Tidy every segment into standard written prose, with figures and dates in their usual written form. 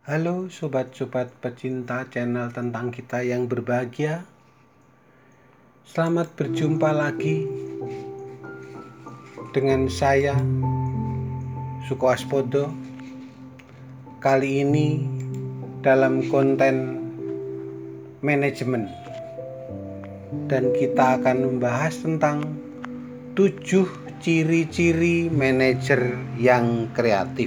Halo sobat-sobat pecinta channel tentang kita yang berbahagia. Selamat berjumpa lagi dengan saya Suko Aspodo. Kali ini dalam konten manajemen, dan kita akan membahas tentang 7 ciri-ciri manajer yang kreatif.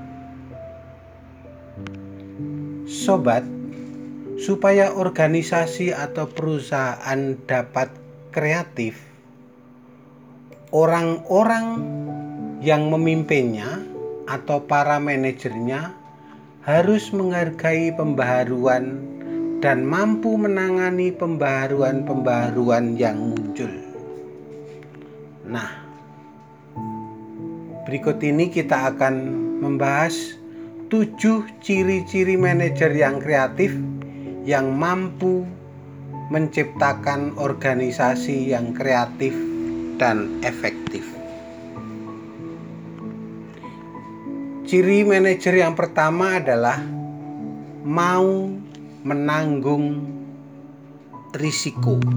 Sobat, supaya organisasi atau perusahaan dapat kreatif, orang-orang yang memimpinnya atau para manajernya harus menghargai pembaharuan dan mampu menangani pembaharuan yang muncul. Nah, berikut ini kita akan membahas 7 ciri-ciri manajer yang kreatif yang mampu menciptakan organisasi yang kreatif dan efektif. Ciri manajer yang pertama adalah mau menanggung risiko.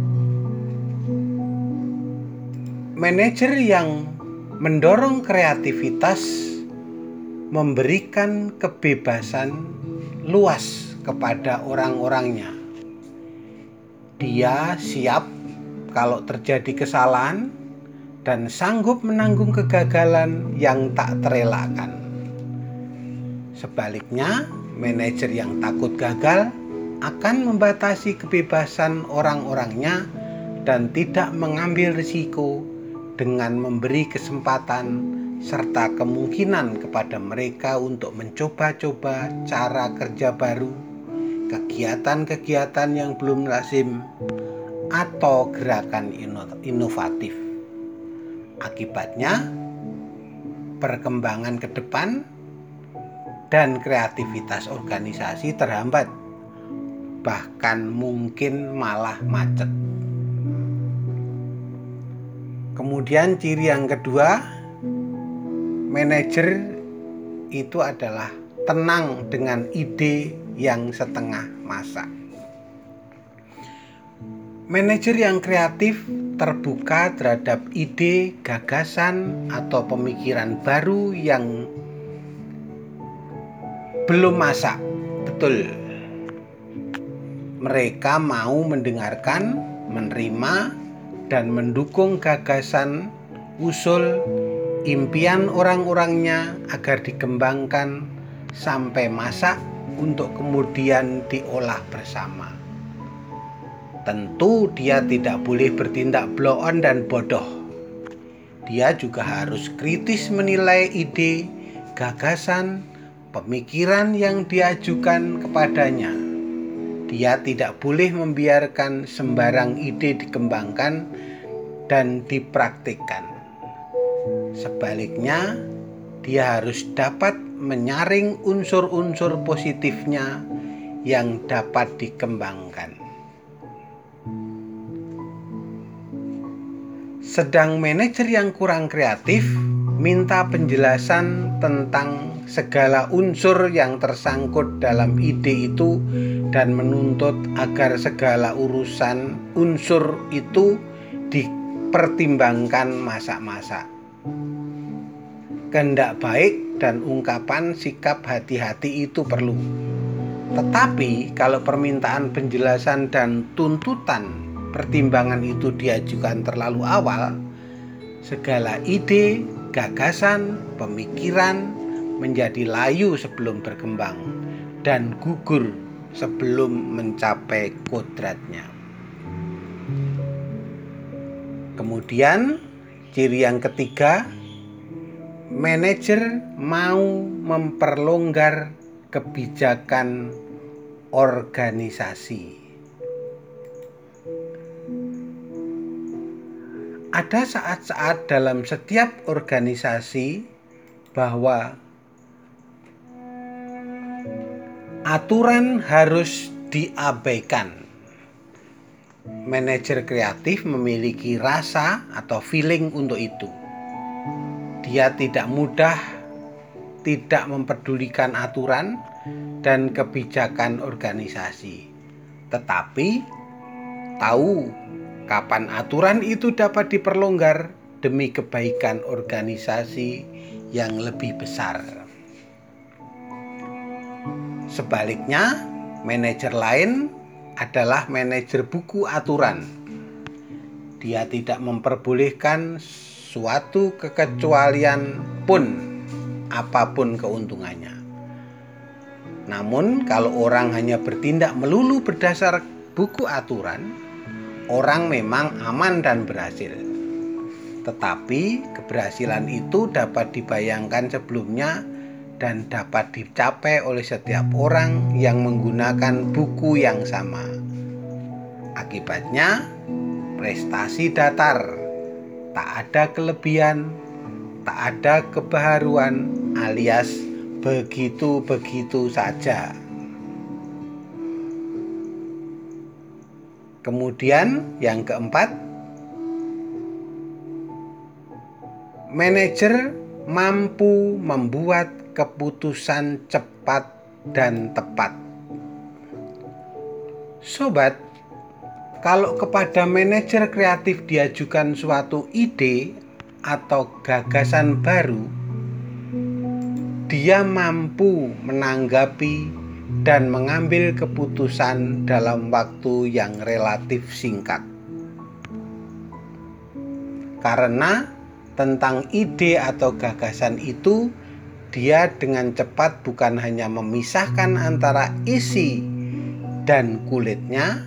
Manajer yang mendorong kreativitas memberikan kebebasan luas kepada orang-orangnya. Dia siap kalau terjadi kesalahan dan sanggup menanggung kegagalan yang tak terelakkan. Sebaliknya, manajer yang takut gagal akan membatasi kebebasan orang-orangnya dan tidak mengambil risiko dengan memberi kesempatan serta kemungkinan kepada mereka untuk mencoba-coba cara kerja baru, kegiatan-kegiatan yang belum lazim, atau gerakan inovatif. Akibatnya, perkembangan ke depan dan kreativitas organisasi terhambat, bahkan mungkin malah macet. Kemudian ciri yang kedua, manajer itu adalah tenang dengan ide yang setengah masak. Manajer yang kreatif terbuka terhadap ide, gagasan, atau pemikiran baru yang belum masak. Betul. Mereka mau mendengarkan, menerima, dan mendukung gagasan, usul, impian orang-orangnya agar dikembangkan sampai masak untuk kemudian diolah bersama. Tentu dia tidak boleh bertindak blow on dan bodoh. Dia juga harus kritis menilai ide, gagasan, pemikiran yang diajukan kepadanya. Dia tidak boleh membiarkan sembarang ide dikembangkan dan dipraktikkan. Sebaliknya, dia harus dapat menyaring unsur-unsur positifnya yang dapat dikembangkan. Sedang manajer yang kurang kreatif minta penjelasan tentang segala unsur yang tersangkut dalam ide itu dan menuntut agar segala unsur itu dipertimbangkan masak-masak. Kehendak baik dan ungkapan sikap hati-hati itu perlu. Tetapi kalau permintaan penjelasan dan tuntutan pertimbangan itu diajukan terlalu awal, segala ide, gagasan, pemikiran menjadi layu sebelum berkembang dan gugur sebelum mencapai kodratnya. Kemudian ciri yang ketiga, manajer mau memperlonggar kebijakan organisasi. Ada saat-saat dalam setiap organisasi bahwa aturan harus diabaikan. Manajer kreatif memiliki rasa atau feeling untuk itu. Dia tidak mudah tidak mempedulikan aturan dan kebijakan organisasi, tetapi tahu kapan aturan itu dapat diperlonggar demi kebaikan organisasi yang lebih besar. Sebaliknya, manajer lain adalah manajer buku aturan. Dia tidak memperbolehkan suatu kekecualian pun apapun keuntungannya. Namun kalau orang hanya bertindak melulu berdasar buku aturan, orang memang aman dan berhasil. Tetapi keberhasilan itu dapat dibayangkan sebelumnya dan dapat dicapai oleh setiap orang yang menggunakan buku yang sama. Akibatnya, prestasi datar, tak ada kelebihan, tak ada kebaharuan, alias begitu-begitu saja. Kemudian yang keempat, manajer mampu membuat keputusan cepat dan tepat. Sobat, kalau kepada manajer kreatif diajukan suatu ide atau gagasan baru, dia mampu menanggapi dan mengambil keputusan dalam waktu yang relatif singkat. Karena tentang ide atau gagasan itu, dia dengan cepat bukan hanya memisahkan antara isi dan kulitnya,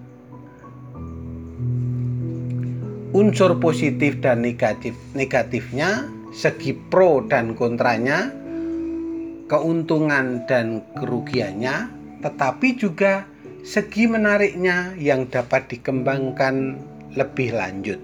unsur positif dan negatifnya, segi pro dan kontranya, keuntungan dan kerugiannya, tetapi juga segi menariknya yang dapat dikembangkan lebih lanjut.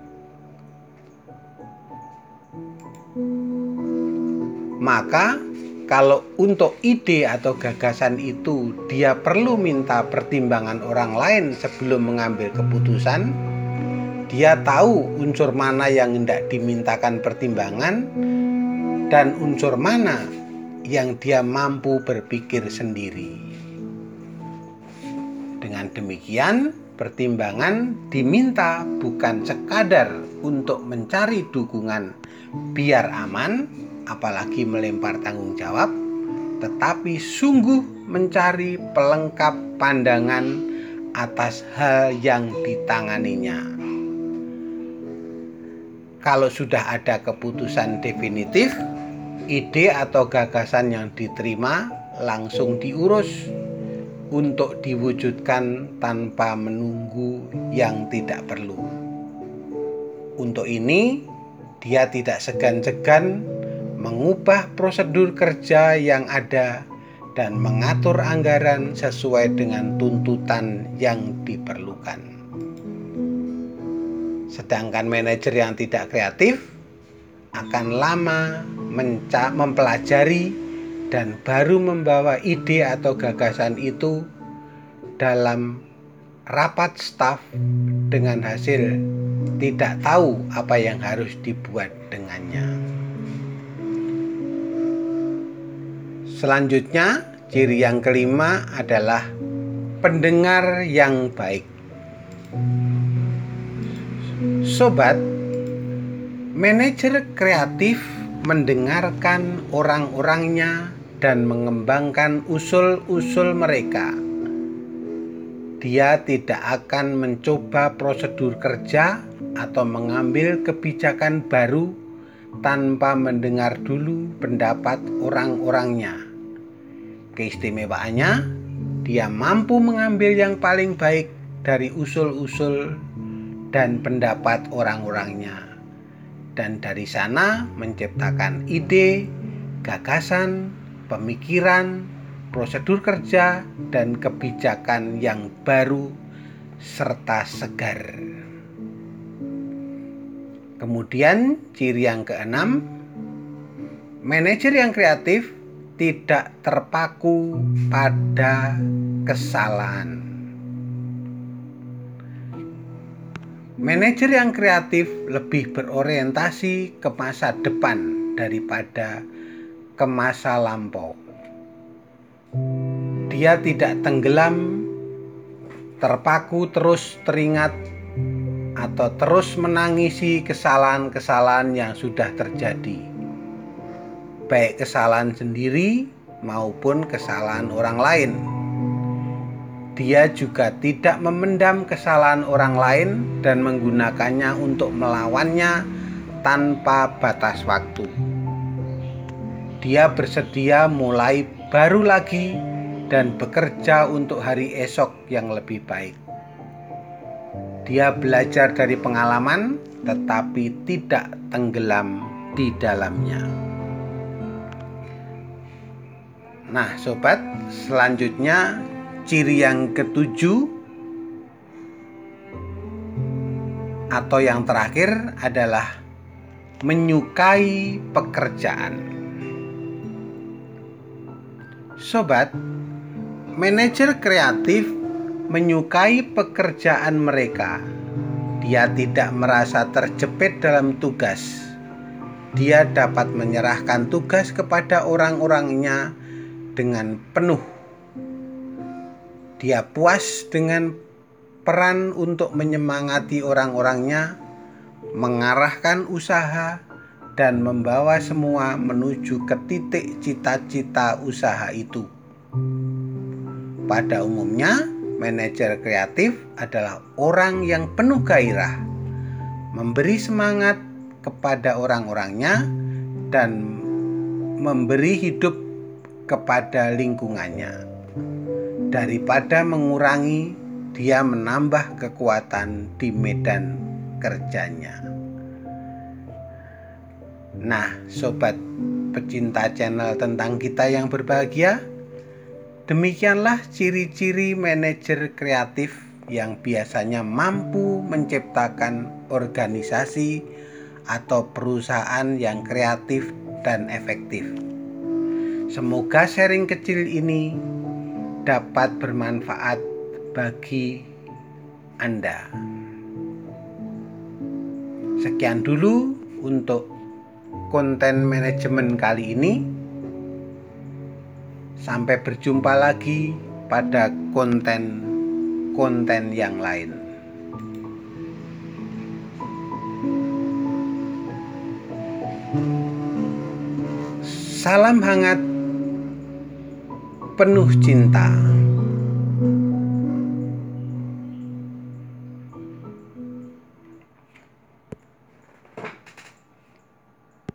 Maka kalau untuk ide atau gagasan itu dia perlu minta pertimbangan orang lain sebelum mengambil keputusan, dia tahu unsur mana yang hendak dimintakan pertimbangan dan unsur mana yang dia mampu berpikir sendiri. Dengan demikian, pertimbangan diminta bukan sekadar untuk mencari dukungan biar aman, apalagi melempar tanggung jawab, tetapi sungguh mencari pelengkap pandangan atas hal yang ditanganinya. Kalau sudah ada keputusan definitif, ide atau gagasan yang diterima langsung diurus untuk diwujudkan tanpa menunggu yang tidak perlu. Untuk ini, dia tidak segan-segan mengubah prosedur kerja yang ada dan mengatur anggaran sesuai dengan tuntutan yang diperlukan. Sedangkan manajer yang tidak kreatif akan lama mempelajari dan baru membawa ide atau gagasan itu dalam rapat staf dengan hasil tidak tahu apa yang harus dibuat dengannya. Selanjutnya, ciri yang kelima adalah pendengar yang baik. Sobat, manajer kreatif mendengarkan orang-orangnya dan mengembangkan usul-usul mereka. Dia tidak akan mencoba prosedur kerja atau mengambil kebijakan baru tanpa mendengar dulu pendapat orang-orangnya. Keistimewaannya, dia mampu mengambil yang paling baik dari usul-usul dan pendapat orang-orangnya, dan dari sana menciptakan ide, gagasan, pemikiran, prosedur kerja, dan kebijakan yang baru serta segar. Kemudian ciri yang keenam, manajer yang kreatif tidak terpaku pada kesalahan. Manajer yang kreatif lebih berorientasi ke masa depan daripada ke masa lampau. Dia tidak tenggelam, terpaku terus teringat, atau terus menangisi kesalahan-kesalahan yang sudah terjadi, baik kesalahan sendiri maupun kesalahan orang lain. Dia juga tidak memendam kesalahan orang lain dan menggunakannya untuk melawannya tanpa batas waktu. Dia bersedia mulai baru lagi dan bekerja untuk hari esok yang lebih baik. Dia belajar dari pengalaman, tetapi tidak tenggelam di dalamnya. Nah, sobat, selanjutnya ciri yang ketujuh atau yang terakhir adalah menyukai pekerjaan. Sobat, manajer kreatif menyukai pekerjaan mereka. Dia tidak merasa terjepit dalam tugas. Dia dapat menyerahkan tugas kepada orang-orangnya dengan penuh. Dia puas dengan peran untuk menyemangati orang-orangnya, mengarahkan usaha, dan membawa semua menuju ke titik cita-cita usaha itu. Pada umumnya, manajer kreatif adalah orang yang penuh gairah, memberi semangat kepada orang-orangnya, dan memberi hidup kepada lingkungannya. Daripada mengurangi, dia menambah kekuatan di medan kerjanya. Nah, sobat pecinta channel Tentang Kita yang berbahagia, demikianlah ciri-ciri manajer kreatif yang biasanya mampu menciptakan organisasi atau perusahaan yang kreatif dan efektif. Semoga sharing kecil ini dapat bermanfaat bagi Anda. Sekian dulu untuk konten manajemen kali ini. Sampai berjumpa lagi pada konten yang lain. Salam hangat penuh cinta.